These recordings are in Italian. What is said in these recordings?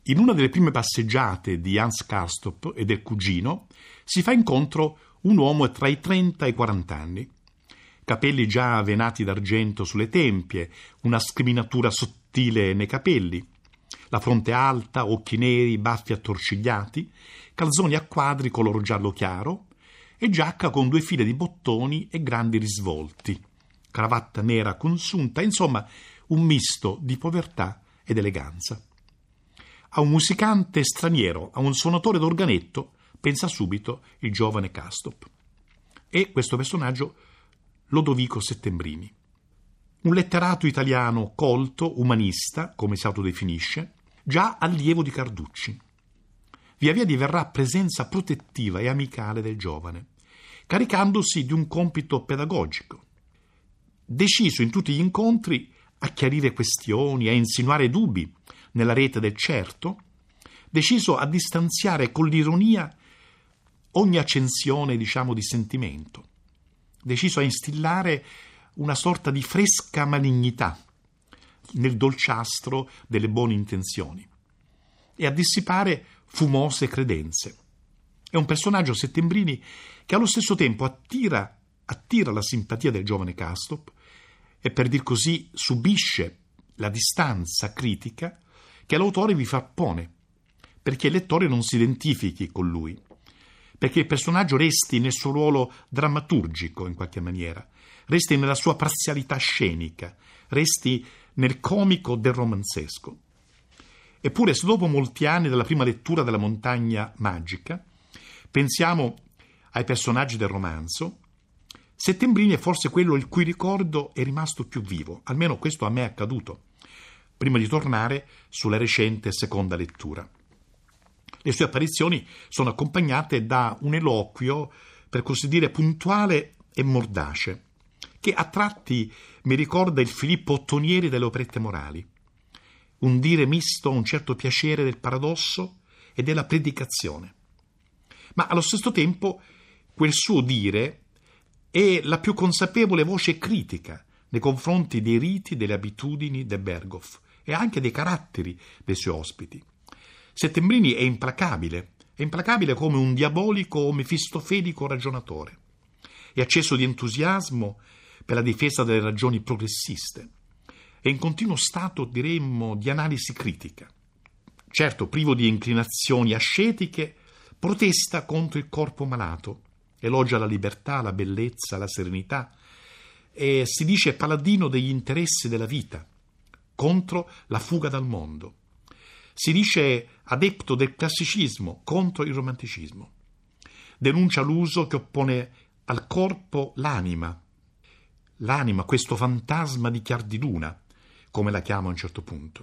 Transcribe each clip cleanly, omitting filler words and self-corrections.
In una delle prime passeggiate di Hans Castorp e del cugino si fa incontro un uomo tra i 30 e i 40 anni. Capelli già venati d'argento sulle tempie, una scriminatura sottile nei capelli, la fronte alta, occhi neri, baffi attorcigliati, calzoni a quadri color giallo chiaro e giacca con 2 file di bottoni e grandi risvolti, cravatta nera consunta, insomma un misto di povertà ed eleganza. A un musicante straniero, a un suonatore d'organetto, pensa subito il giovane Castorp. E questo personaggio Lodovico Settembrini. Un letterato italiano colto, umanista, come si autodefinisce, già allievo di Carducci. Via via diverrà presenza protettiva e amicale del giovane, caricandosi di un compito pedagogico. Deciso in tutti gli incontri a chiarire questioni, a insinuare dubbi nella rete del certo, deciso a distanziare con l'ironia ogni accensione, di sentimento, deciso a instillare una sorta di fresca malignità nel dolciastro delle buone intenzioni e a dissipare fumose credenze. È un personaggio, Settembrini, che allo stesso tempo attira la simpatia del giovane Castorp e, per dir così, subisce la distanza critica che l'autore vi frappone, perché il lettore non si identifichi con lui, perché il personaggio resti nel suo ruolo drammaturgico in qualche maniera, resti nella sua parzialità scenica, resti nel comico del romanzesco. Eppure, se dopo molti anni dalla prima lettura della Montagna Magica pensiamo ai personaggi del romanzo, Settembrini è forse quello il cui ricordo è rimasto più vivo, almeno questo a me è accaduto, prima di tornare sulla recente seconda lettura. Le sue apparizioni sono accompagnate da un eloquio, per così dire, puntuale e mordace, che a tratti mi ricorda il Filippo Ottonieri delle operette morali. Un dire misto a un certo piacere del paradosso e della predicazione. Ma allo stesso tempo quel suo dire è la più consapevole voce critica nei confronti dei riti, delle abitudini del Berghof e anche dei caratteri dei suoi ospiti. Settembrini è implacabile come un diabolico o mefistofelico ragionatore. È acceso di entusiasmo per la difesa delle ragioni progressiste. È in continuo stato, diremmo, di analisi critica. Certo, privo di inclinazioni ascetiche, protesta contro il corpo malato, elogia la libertà, la bellezza, la serenità e si dice paladino degli interessi della vita, contro la fuga dal mondo. Si dice adepto del classicismo contro il romanticismo. Denuncia l'uso che oppone al corpo l'anima, questo fantasma di chiar di luna, come la chiama a un certo punto.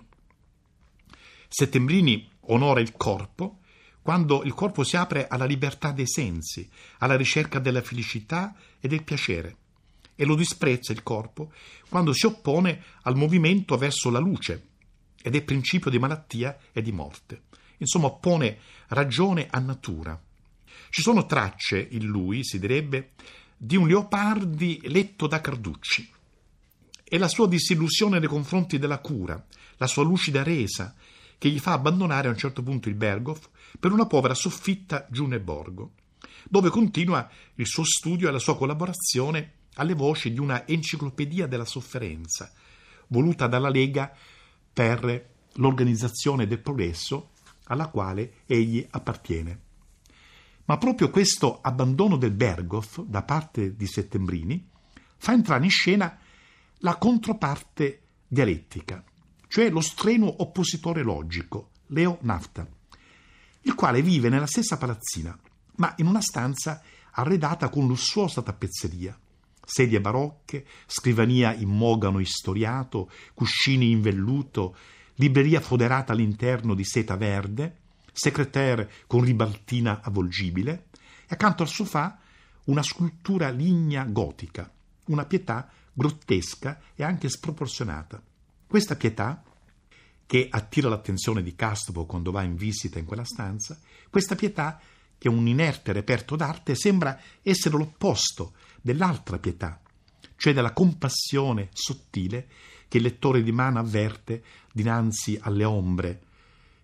Settembrini onora il corpo quando il corpo si apre alla libertà dei sensi, alla ricerca della felicità e del piacere, e lo disprezza il corpo quando si oppone al movimento verso la luce ed è principio di malattia e di morte. Insomma, oppone ragione a natura. Ci sono tracce in lui, si direbbe, di un Leopardi letto da Carducci. E la sua disillusione nei confronti della cura, la sua lucida resa, che gli fa abbandonare a un certo punto il Berghof per una povera soffitta giù nel borgo, dove continua il suo studio e la sua collaborazione alle voci di una enciclopedia della sofferenza, voluta dalla Lega per l'organizzazione del progresso alla quale egli appartiene. Ma proprio questo abbandono del Berghof da parte di Settembrini fa entrare in scena la controparte dialettica, cioè lo strenuo oppositore logico, Leo Nafta, il quale vive nella stessa palazzina, ma in una stanza arredata con lussuosa tappezzeria, sedie barocche, scrivania in mogano istoriato, cuscini in velluto, libreria foderata all'interno di seta verde, secrétaire con ribaltina avvolgibile e accanto al sofà una scultura lignea gotica, una pietà grottesca e anche sproporzionata. Questa pietà, che attira l'attenzione di Castorp quando va in visita in quella stanza, questa pietà, che è un inerte reperto d'arte, sembra essere l'opposto dell'altra pietà, cioè della compassione sottile che il lettore di Mann avverte dinanzi alle ombre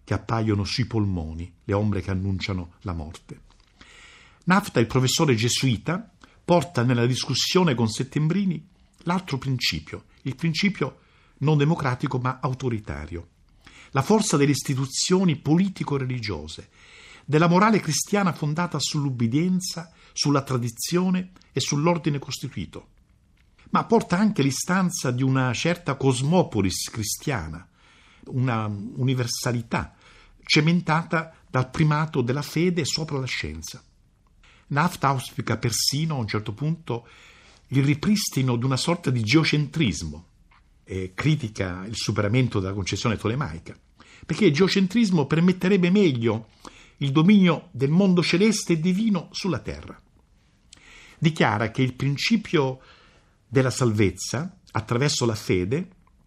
che appaiono sui polmoni, le ombre che annunciano la morte. Naphta, il professore gesuita, porta nella discussione con Settembrini l'altro principio, il principio non democratico ma autoritario, la forza delle istituzioni politico-religiose, della morale cristiana fondata sull'ubbidienza, sulla tradizione e sull'ordine costituito, ma porta anche l'istanza di una certa cosmopolis cristiana, una universalità cementata dal primato della fede sopra la scienza. Naphta auspica persino, a un certo punto, il ripristino di una sorta di geocentrismo e critica il superamento della concezione tolemaica, perché il geocentrismo permetterebbe meglio il dominio del mondo celeste e divino sulla terra. Dichiara che il principio della salvezza, attraverso la fede,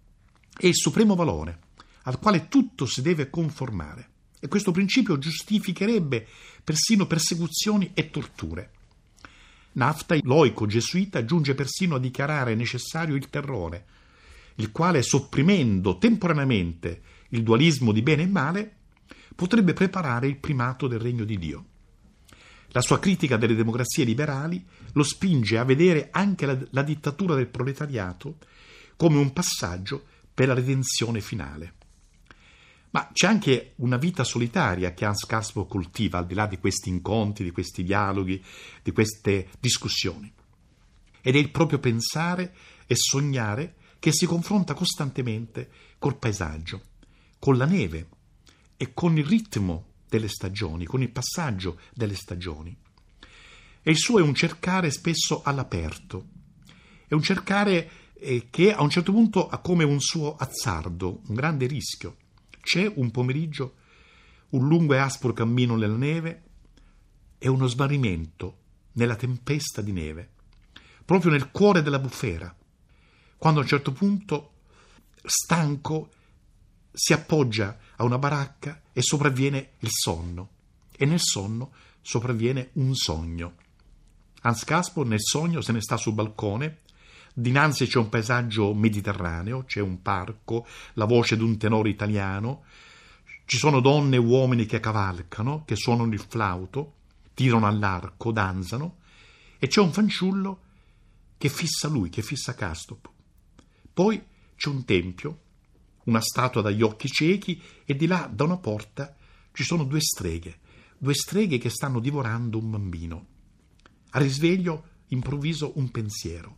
è il supremo valore al quale tutto si deve conformare, e questo principio giustificherebbe persino persecuzioni e torture. Naphta, loico gesuita, giunge persino a dichiarare necessario il terrore, il quale, sopprimendo temporaneamente il dualismo di bene e male, potrebbe preparare il primato del regno di Dio. La sua critica delle democrazie liberali lo spinge a vedere anche la dittatura del proletariato come un passaggio per la redenzione finale. Ma c'è anche una vita solitaria che Hans Castorp coltiva, al di là di questi incontri, di questi dialoghi, di queste discussioni. Ed è il proprio pensare e sognare che si confronta costantemente col paesaggio, con la neve e con il ritmo delle stagioni, con il passaggio delle stagioni. E il suo è un cercare spesso all'aperto, è un cercare che a un certo punto ha come un suo azzardo, un grande rischio. C'è un pomeriggio, un lungo e aspro cammino nella neve e uno smarrimento nella tempesta di neve, proprio nel cuore della bufera, quando a un certo punto, stanco, si appoggia a una baracca e sopravviene il sonno, e nel sonno sopravviene un sogno. Hans Castorp nel sogno se ne sta sul balcone, dinanzi c'è un paesaggio mediterraneo, c'è un parco, la voce di un tenore italiano, ci sono donne e uomini che cavalcano, che suonano il flauto, tirano all'arco, danzano, e c'è un fanciullo che fissa lui, che fissa Castorp. Poi c'è un tempio, una statua dagli occhi ciechi, e di là, da una porta, ci sono due streghe che stanno divorando un bambino. A risveglio, improvviso, un pensiero.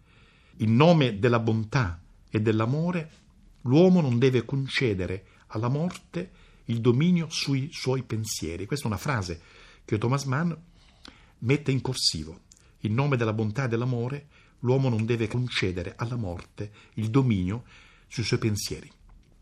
In nome della bontà e dell'amore, l'uomo non deve concedere alla morte il dominio sui suoi pensieri. Questa è una frase che Thomas Mann mette in corsivo. In nome della bontà e dell'amore, l'uomo non deve concedere alla morte il dominio sui suoi pensieri.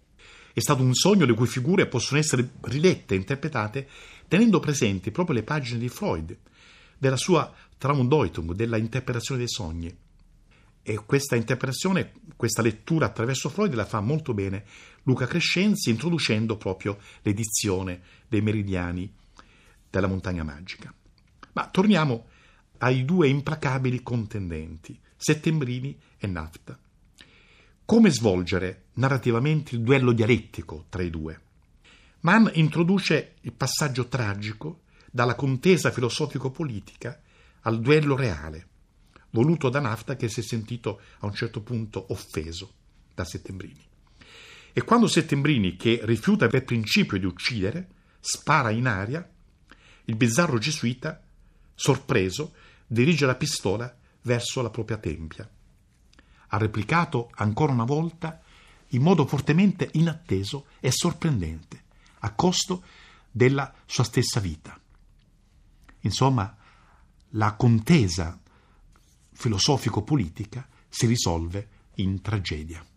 È stato un sogno le cui figure possono essere rilette e interpretate tenendo presenti proprio le pagine di Freud, della sua Traumdeutung, della interpretazione dei sogni. E questa interpretazione, questa lettura attraverso Freud la fa molto bene Luca Crescenzi, introducendo proprio l'edizione dei Meridiani della Montagna Magica. Ma torniamo ai due implacabili contendenti, Settembrini e Naphta. Come svolgere narrativamente il duello dialettico tra i due? Mann introduce il passaggio tragico dalla contesa filosofico-politica al duello reale, voluto da Naphta, che si è sentito a un certo punto offeso da Settembrini. E quando Settembrini, che rifiuta per principio di uccidere, spara in aria, il bizzarro gesuita, sorpreso, dirige la pistola verso la propria tempia. Ha replicato ancora una volta in modo fortemente inatteso e sorprendente, a costo della sua stessa vita. Insomma, la contesa filosofico-politica si risolve in tragedia.